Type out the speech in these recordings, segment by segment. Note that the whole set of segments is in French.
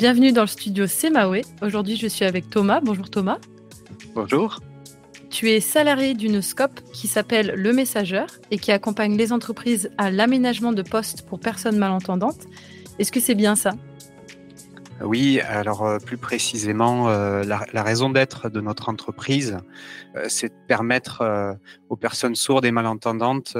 Bienvenue dans le studio Semawe. Aujourd'hui, je suis avec Thomas. Bonjour Thomas. Bonjour. Tu es salarié d'une SCOP qui s'appelle Le Messageur et qui accompagne les entreprises à l'aménagement de postes pour personnes malentendantes. Est-ce que c'est bien ça ? Oui, alors plus précisément, la raison d'être de notre entreprise, c'est de permettre aux personnes sourdes et malentendantes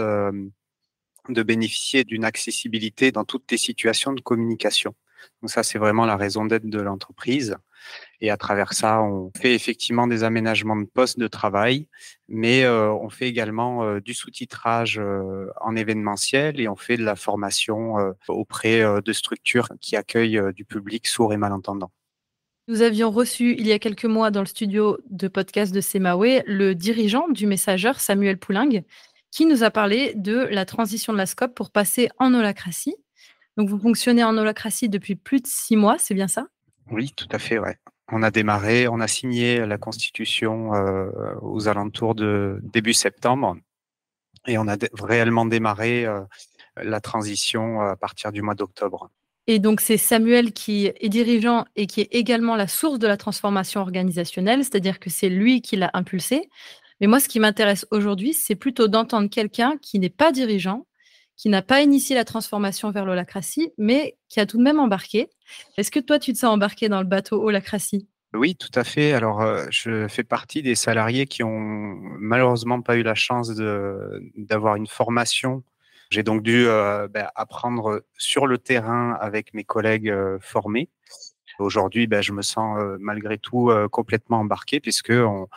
de bénéficier d'une accessibilité dans toutes les situations de communication. Donc ça, c'est vraiment la raison d'être de l'entreprise. Et à travers ça, on fait effectivement des aménagements de postes de travail, mais on fait également du sous-titrage en événementiel et on fait de la formation auprès de structures qui accueillent du public sourd et malentendant. Nous avions reçu il y a quelques mois dans le studio de podcast de Semawe le dirigeant du Messageur, Samuel Pouling, qui nous a parlé de la transition de la SCOP pour passer en holacratie. Donc vous fonctionnez en holacratie depuis plus de 6 mois, c'est bien ça ? Oui, tout à fait, ouais. On a signé la Constitution aux alentours de début septembre et on a réellement démarré la transition à partir du mois d'octobre. Et donc, c'est Samuel qui est dirigeant et qui est également la source de la transformation organisationnelle, c'est-à-dire que c'est lui qui l'a impulsé. Mais moi, ce qui m'intéresse aujourd'hui, c'est plutôt d'entendre quelqu'un qui n'est pas dirigeant, qui n'a pas initié la transformation vers l'holacratie, mais qui a tout de même embarqué. Est-ce que toi, tu te sens embarqué dans le bateau holacratie ? Oui, tout à fait. Alors, je fais partie des salariés qui ont malheureusement pas eu la chance d'avoir une formation. J'ai donc dû apprendre sur le terrain avec mes collègues formés. Aujourd'hui, je me sens malgré tout complètement embarqué puisque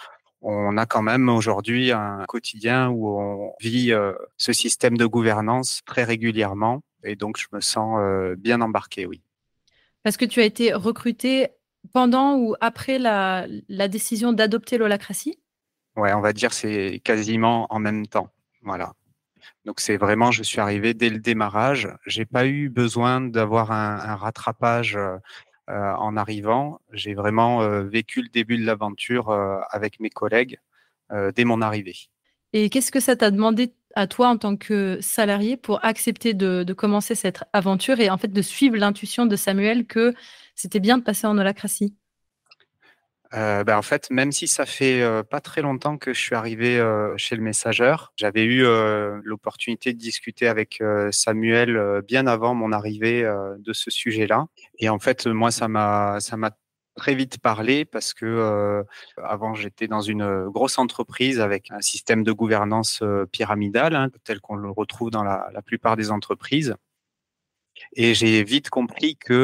on a quand même aujourd'hui un quotidien où on vit ce système de gouvernance très régulièrement et donc je me sens bien embarqué, oui. Parce que tu as été recruté pendant ou après la décision d'adopter l'holacratie ? Ouais, on va dire c'est quasiment en même temps. Voilà. Donc c'est vraiment, je suis arrivé dès le démarrage. J'ai pas eu besoin d'avoir un rattrapage en arrivant. J'ai vraiment vécu le début de l'aventure avec mes collègues dès mon arrivée. Et qu'est-ce que ça t'a demandé à toi en tant que salarié pour accepter de commencer cette aventure et en fait de suivre l'intuition de Samuel que c'était bien de passer en holacratie ? En fait, même si ça fait pas très longtemps que je suis arrivé chez le Messageur, j'avais eu l'opportunité de discuter avec Samuel bien avant mon arrivée de ce sujet-là. Et en fait, moi, ça m'a très vite parlé parce que avant, j'étais dans une grosse entreprise avec un système de gouvernance pyramidal, hein, tel qu'on le retrouve dans la plupart des entreprises. Et j'ai vite compris que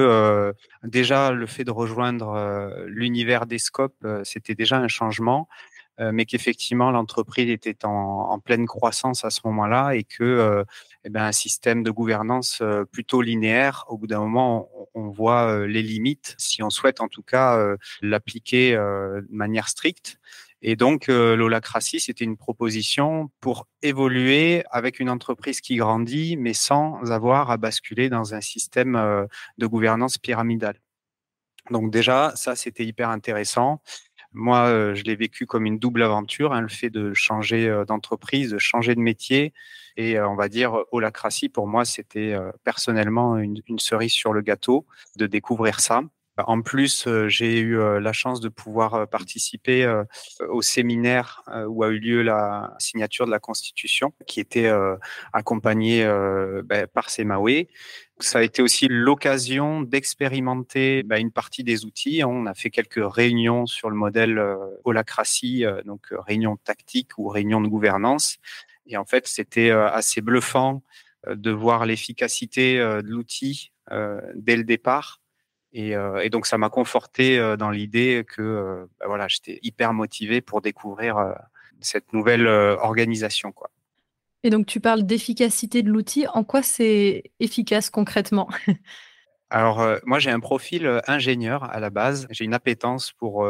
déjà le fait de rejoindre l'univers des scopes, c'était déjà un changement, mais qu'effectivement l'entreprise était en pleine croissance à ce moment-là et que un système de gouvernance plutôt linéaire, au bout d'un moment, on voit les limites, si on souhaite en tout cas l'appliquer de manière stricte. Et donc, l'holacratie, c'était une proposition pour évoluer avec une entreprise qui grandit, mais sans avoir à basculer dans un système de gouvernance pyramidale. Donc déjà, ça, c'était hyper intéressant. Moi, je l'ai vécu comme une double aventure, hein, le fait de changer d'entreprise, de changer de métier. Et on va dire, holacratie, pour moi, c'était personnellement une cerise sur le gâteau de découvrir ça. En plus, j'ai eu la chance de pouvoir participer au séminaire où a eu lieu la signature de la Constitution, qui était accompagnée par Semawe. Ça a été aussi l'occasion d'expérimenter une partie des outils. On a fait quelques réunions sur le modèle holacratie, donc réunions tactiques ou réunions de gouvernance. Et en fait, c'était assez bluffant de voir l'efficacité de l'outil dès le départ. Et donc, ça m'a conforté dans l'idée que voilà, j'étais hyper motivé pour découvrir cette nouvelle organisation, quoi. Et donc tu parles d'efficacité de l'outil. En quoi c'est efficace concrètement ? Alors, moi, j'ai un profil ingénieur à la base. J'ai une appétence pour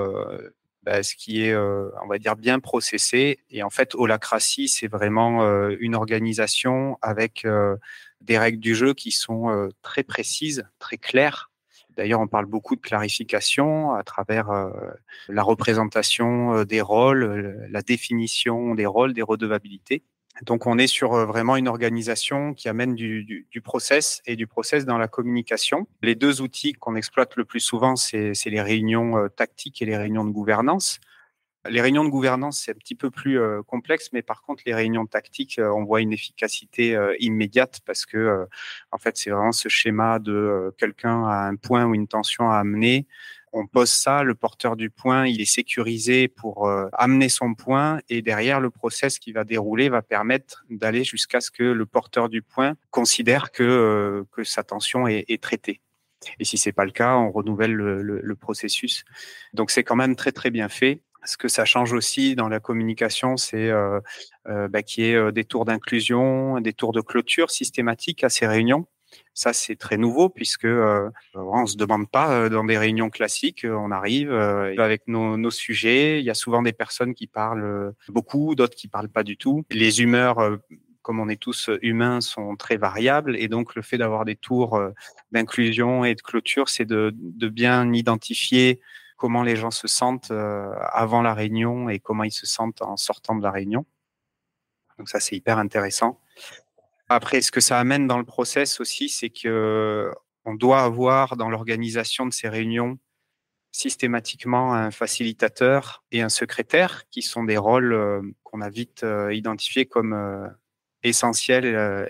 ce qui est, on va dire, bien processé. Et en fait, holacratie, c'est vraiment une organisation avec des règles du jeu qui sont très précises, très claires. D'ailleurs, on parle beaucoup de clarification à travers la représentation des rôles, la définition des rôles, des redevabilités. Donc, on est sur vraiment une organisation qui amène du process et du process dans la communication. Les deux outils qu'on exploite le plus souvent, c'est les réunions tactiques et les réunions de gouvernance. Les réunions de gouvernance, c'est un petit peu plus complexe, mais par contre, les réunions tactiques, on voit une efficacité immédiate parce que, en fait, c'est vraiment ce schéma de quelqu'un a un point ou une tension à amener. On pose ça, le porteur du point, il est sécurisé pour amener son point et derrière, le process qui va dérouler va permettre d'aller jusqu'à ce que le porteur du point considère que sa tension est traitée. Et si c'est pas le cas, on renouvelle le processus. Donc, c'est quand même très, très bien fait. Ce que ça change aussi dans la communication, c'est qu'il y ait des tours d'inclusion, des tours de clôture systématiques à ces réunions. Ça, c'est très nouveau puisque on se demande pas dans des réunions classiques. On arrive avec nos sujets. Il y a souvent des personnes qui parlent beaucoup, d'autres qui parlent pas du tout. Les humeurs, comme on est tous humains, sont très variables et donc le fait d'avoir des tours d'inclusion et de clôture, c'est de bien identifier comment les gens se sentent avant la réunion et comment ils se sentent en sortant de la réunion. Donc ça, c'est hyper intéressant. Après, ce que ça amène dans le process aussi, c'est que on doit avoir dans l'organisation de ces réunions systématiquement un facilitateur et un secrétaire, qui sont des rôles qu'on a vite identifiés comme essentiels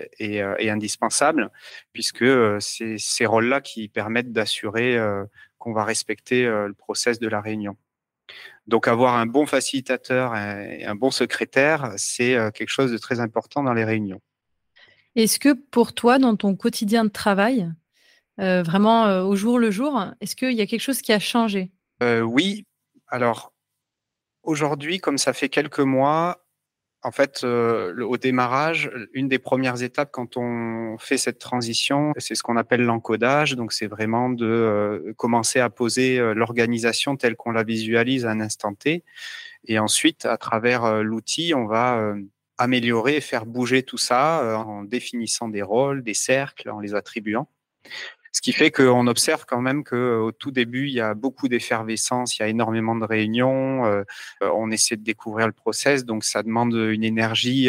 et indispensables, puisque c'est ces rôles-là qui permettent d'assurer qu'on va respecter le process de la réunion. Donc, avoir un bon facilitateur et un bon secrétaire, c'est quelque chose de très important dans les réunions. Est-ce que pour toi, dans ton quotidien de travail, vraiment au jour le jour, est-ce qu'il y a quelque chose qui a changé? Oui, alors aujourd'hui, comme ça fait quelques mois, en fait, au démarrage, une des premières étapes quand on fait cette transition, c'est ce qu'on appelle l'encodage. Donc, c'est vraiment de commencer à poser l'organisation telle qu'on la visualise à un instant T. Et ensuite, à travers l'outil, on va améliorer et faire bouger tout ça en définissant des rôles, des cercles, en les attribuant. Ce qui fait qu'on observe quand même qu'au tout début, il y a beaucoup d'effervescence, il y a énormément de réunions, on essaie de découvrir le process, donc ça demande une énergie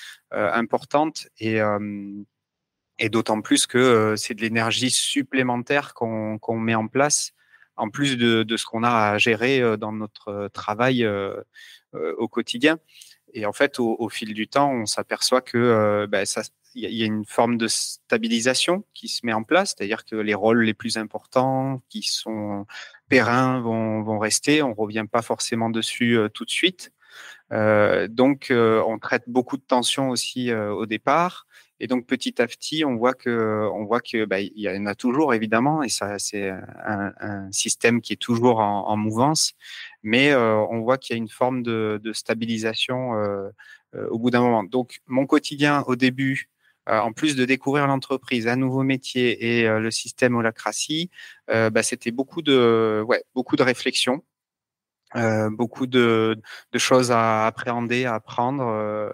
importante et d'autant plus que c'est de l'énergie supplémentaire qu'on met en place, en plus de ce qu'on a à gérer dans notre travail au quotidien. Et en fait, au fil du temps, on s'aperçoit que il y a une forme de stabilisation qui se met en place, c'est-à-dire que les rôles les plus importants, qui sont pérennes, vont rester. On revient pas forcément dessus tout de suite. On traite beaucoup de tensions aussi au départ. Et donc petit à petit, on voit que il y en a toujours évidemment, et ça c'est un système qui est toujours en mouvance, mais on voit qu'il y a une forme de stabilisation au bout d'un moment. Donc mon quotidien au début, en plus de découvrir l'entreprise, un nouveau métier et le système holacratie, c'était beaucoup de réflexion. Beaucoup de choses à appréhender, à apprendre,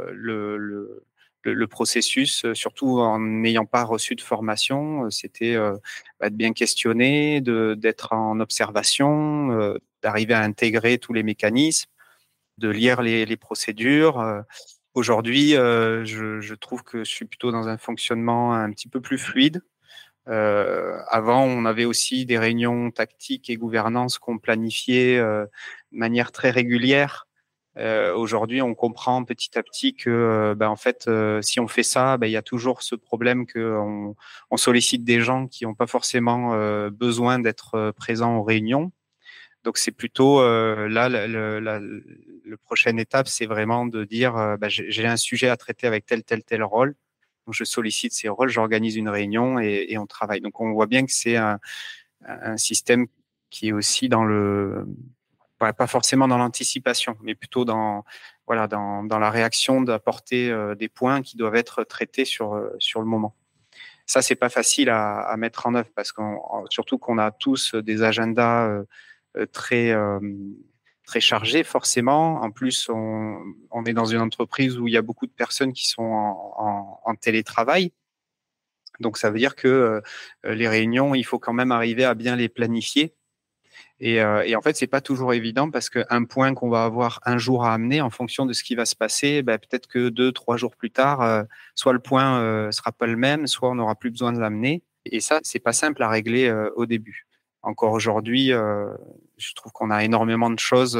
le processus, surtout en n'ayant pas reçu de formation, c'était de bien questionner, d'être en observation, d'arriver à intégrer tous les mécanismes, de lire les procédures. Aujourd'hui, je trouve que je suis plutôt dans un fonctionnement un petit peu plus fluide. Avant, on avait aussi des réunions tactiques et gouvernance qu'on planifiait de manière très régulière. Aujourd'hui, on comprend petit à petit que, en fait, si on fait ça, il y a toujours ce problème on sollicite des gens qui n'ont pas forcément besoin d'être présents aux réunions. Donc, c'est plutôt là, le prochaine étape, c'est vraiment de dire, j'ai un sujet à traiter avec tel rôle. Donc, je sollicite ces rôles, j'organise une réunion et on travaille. Donc, on voit bien que c'est un système qui est aussi pas forcément dans l'anticipation, mais plutôt dans la réaction d'apporter des points qui doivent être traités sur le moment. Ça, c'est pas facile à mettre en œuvre parce surtout qu'on a tous des agendas très très chargés forcément. En plus, on est dans une entreprise où il y a beaucoup de personnes qui sont en télétravail. Donc, ça veut dire que les réunions, il faut quand même arriver à bien les planifier. Et en fait, c'est pas toujours évident parce qu'un point qu'on va avoir un jour à amener en fonction de ce qui va se passer, peut-être que 2, 3 jours plus tard, soit le point sera pas le même, soit on n'aura plus besoin de l'amener. Et ça, c'est pas simple à régler au début. Encore aujourd'hui, je trouve qu'on a énormément de choses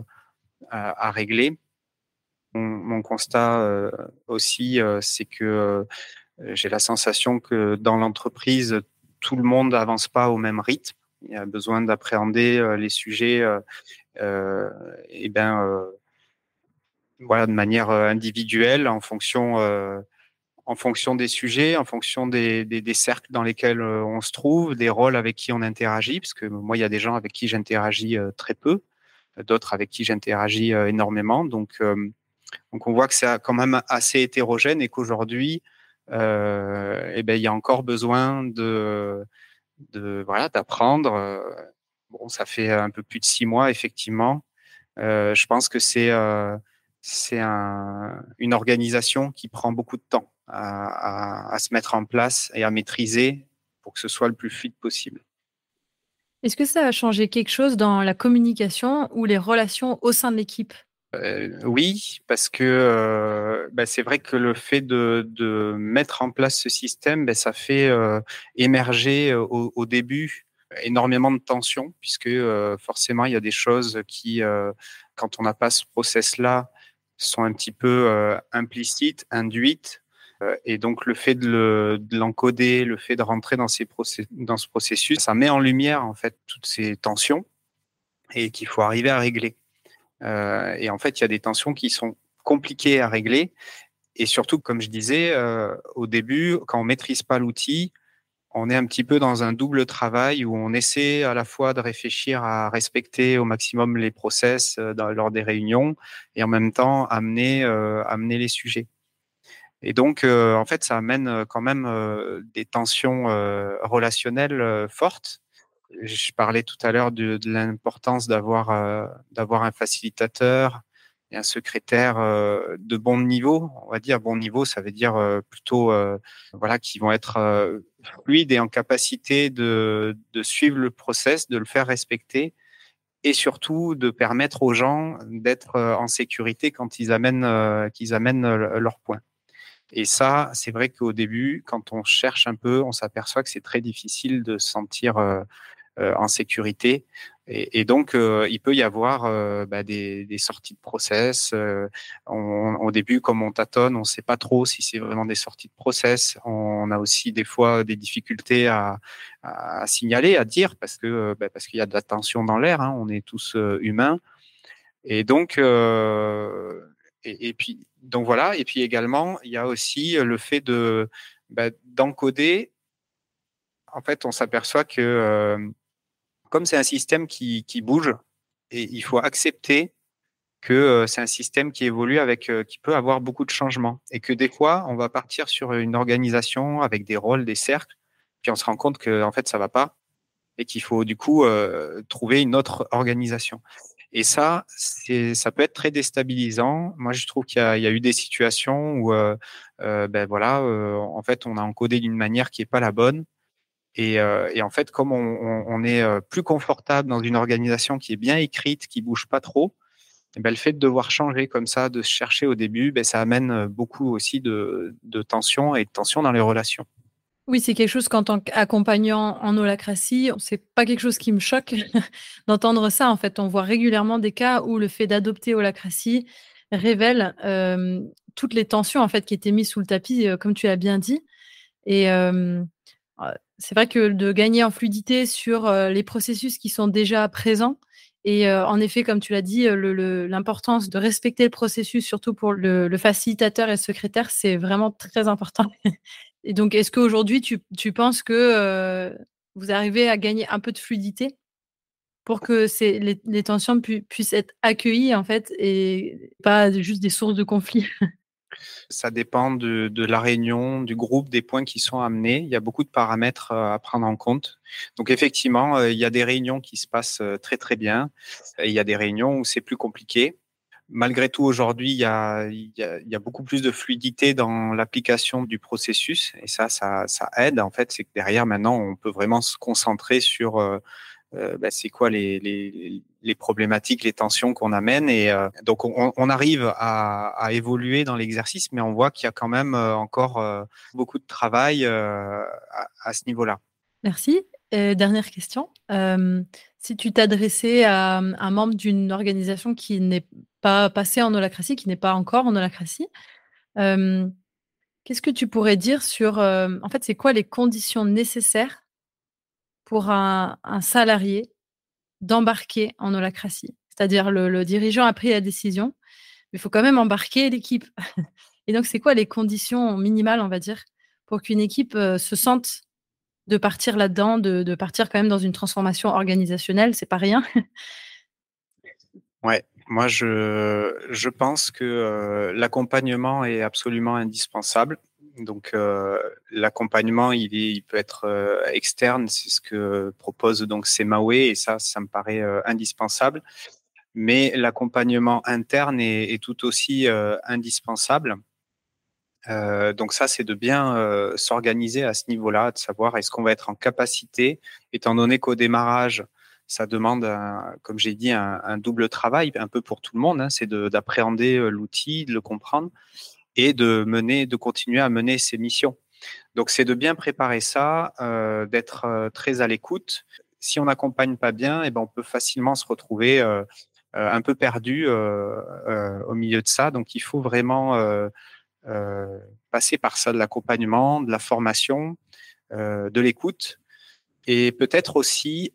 à régler. Mon constat aussi, c'est que j'ai la sensation que dans l'entreprise, tout le monde n'avance pas au même rythme. Il y a besoin d'appréhender les sujets et voilà, de manière individuelle en fonction des sujets, en fonction des cercles dans lesquels on se trouve, des rôles avec qui on interagit, parce que moi, il y a des gens avec qui j'interagis très peu, d'autres avec qui j'interagis énormément. Donc, on voit que c'est quand même assez hétérogène et qu'aujourd'hui, il y a encore besoin voilà, d'apprendre. Bon, ça fait un peu plus de 6 mois, effectivement. Je pense que c'est une organisation qui prend beaucoup de temps à se mettre en place et à maîtriser pour que ce soit le plus fluide possible. Est-ce que ça a changé quelque chose dans la communication ou les relations au sein de l'équipe? Oui, parce que c'est vrai que le fait de mettre en place ce système, ça fait émerger au début énormément de tensions, puisque forcément, il y a des choses qui, quand on n'a pas ce process-là, sont un petit peu implicites, induites. Et donc, le fait de l'encoder, le fait de rentrer dans dans ce processus, ça met en lumière en fait toutes ces tensions et qu'il faut arriver à régler. Et en fait, il y a des tensions qui sont compliquées à régler. Et surtout, comme je disais, au début, quand on maîtrise pas l'outil, on est un petit peu dans un double travail où on essaie à la fois de réfléchir à respecter au maximum les process lors des réunions et en même temps amener les sujets. Et donc, en fait, ça amène quand même des tensions relationnelles fortes. Je parlais tout à l'heure de l'importance d'avoir un facilitateur et un secrétaire de bon niveau. On va dire bon niveau, ça veut dire plutôt voilà, qui vont être fluides et en capacité de suivre le process, de le faire respecter et surtout de permettre aux gens d'être en sécurité quand qu'ils amènent leurs points. Et ça, c'est vrai qu'au début, quand on cherche un peu, on s'aperçoit que c'est très difficile de se sentir en sécurité. Et donc, il peut y avoir des sorties de process. Au début, comme on tâtonne, on ne sait pas trop si c'est vraiment des sorties de process. On a aussi des fois des difficultés à signaler, à dire, parce qu'il y a de la tension dans l'air. Hein, on est tous humains. Et donc, et puis, donc voilà. Et puis également, il y a aussi le fait d'encoder. En fait, on s'aperçoit que comme c'est un système qui bouge, et il faut accepter que c'est un système qui évolue qui peut avoir beaucoup de changements et que des fois, on va partir sur une organisation avec des rôles, des cercles, puis on se rend compte que en fait, ça va pas et qu'il faut du coup trouver une autre organisation. Et ça peut être très déstabilisant. Moi, je trouve il y a eu des situations où, en fait, on a encodé d'une manière qui est pas la bonne. Et en fait, comme on est plus confortable dans une organisation qui est bien écrite, qui bouge pas trop, le fait de devoir changer comme ça, de se chercher au début, ça amène beaucoup aussi de tension et de tension dans les relations. Oui, c'est quelque chose qu'en tant qu'accompagnant en holacratie, c'est pas quelque chose qui me choque d'entendre ça. En fait, on voit régulièrement des cas où le fait d'adopter holacratie révèle toutes les tensions en fait qui étaient mises sous le tapis, comme tu as bien dit. Et c'est vrai que de gagner en fluidité sur les processus qui sont déjà présents. Et en effet, comme tu l'as dit, l'importance de respecter le processus, surtout pour le facilitateur et le secrétaire, c'est vraiment très important. Et donc, est-ce qu'aujourd'hui, tu penses que vous arrivez à gagner un peu de fluidité pour que les tensions puissent être accueillies, en fait, et pas juste des sources de conflit? Ça dépend de la réunion, du groupe, des points qui sont amenés. Il y a beaucoup de paramètres à prendre en compte. Donc effectivement, il y a des réunions qui se passent très très bien. Et il y a des réunions où c'est plus compliqué. Malgré tout, aujourd'hui, il y a beaucoup plus de fluidité dans l'application du processus. Et ça aide. En fait, c'est que derrière, maintenant, on peut vraiment se concentrer sur c'est quoi les problématiques, les tensions qu'on amène. Et donc, on arrive à évoluer dans l'exercice, mais on voit qu'il y a quand même encore beaucoup de travail à ce niveau-là. Merci. Dernière question. Si tu t'adressais à un membre d'une organisation qui n'est pas passée en holacratie, qui n'est pas encore en holacratie, qu'est-ce que tu pourrais dire sur, en fait, c'est quoi les conditions nécessaires pour un salarié d'embarquer en holacratie? C'est-à-dire le dirigeant a pris la décision, mais il faut quand même embarquer l'équipe. Et donc, c'est quoi les conditions minimales, on va dire, pour qu'une équipe se sente de partir là-dedans, de partir quand même dans une transformation organisationnelle, c'est pas rien. Ouais, moi je pense que l'accompagnement est absolument indispensable. Donc l'accompagnement il peut être externe, c'est ce que propose donc Semawe et ça me paraît indispensable. Mais l'accompagnement interne est tout aussi indispensable. Donc ça, c'est de bien s'organiser à ce niveau-là, de savoir est-ce qu'on va être en capacité, étant donné qu'au démarrage, ça demande, comme j'ai dit, un double travail, un peu pour tout le monde, hein, c'est d'appréhender l'outil, de le comprendre et de continuer à mener ses missions. Donc c'est de bien préparer ça, d'être très à l'écoute. Si on n'accompagne pas bien, eh ben on peut facilement se retrouver un peu perdu au milieu de ça. Donc il faut vraiment passer par ça, de l'accompagnement, de la formation, de l'écoute et peut-être aussi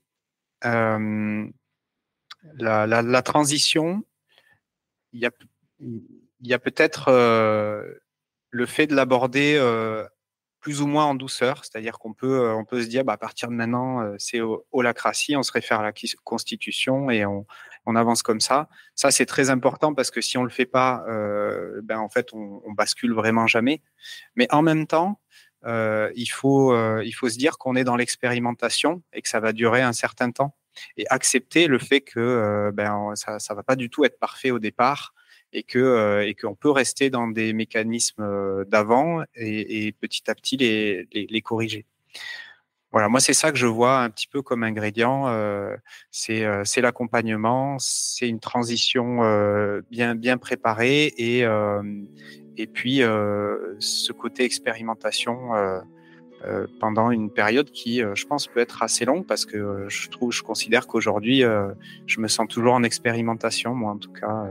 la transition. Il y a, il y a peut-être le fait de l'aborder plus ou moins en douceur, c'est-à-dire on peut se dire à partir de maintenant c'est holacratie, on se réfère à la Constitution et on avance comme ça. Ça c'est très important parce que si on le fait pas, en fait on bascule vraiment jamais. Mais en même temps, il faut se dire qu'on est dans l'expérimentation et que ça va durer un certain temps et accepter le fait que ça va pas du tout être parfait au départ et qu'on peut rester dans des mécanismes d'avant et petit à petit les corriger. Voilà, moi c'est ça que je vois un petit peu comme ingrédient, c'est l'accompagnement, c'est une transition bien préparée et puis ce côté expérimentation pendant une période qui, je pense, peut être assez longue parce que je considère qu'aujourd'hui, je me sens toujours en expérimentation, moi en tout cas,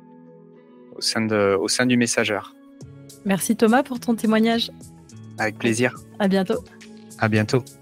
au sein du messageur. Merci Thomas pour ton témoignage. Avec plaisir. À bientôt. À bientôt.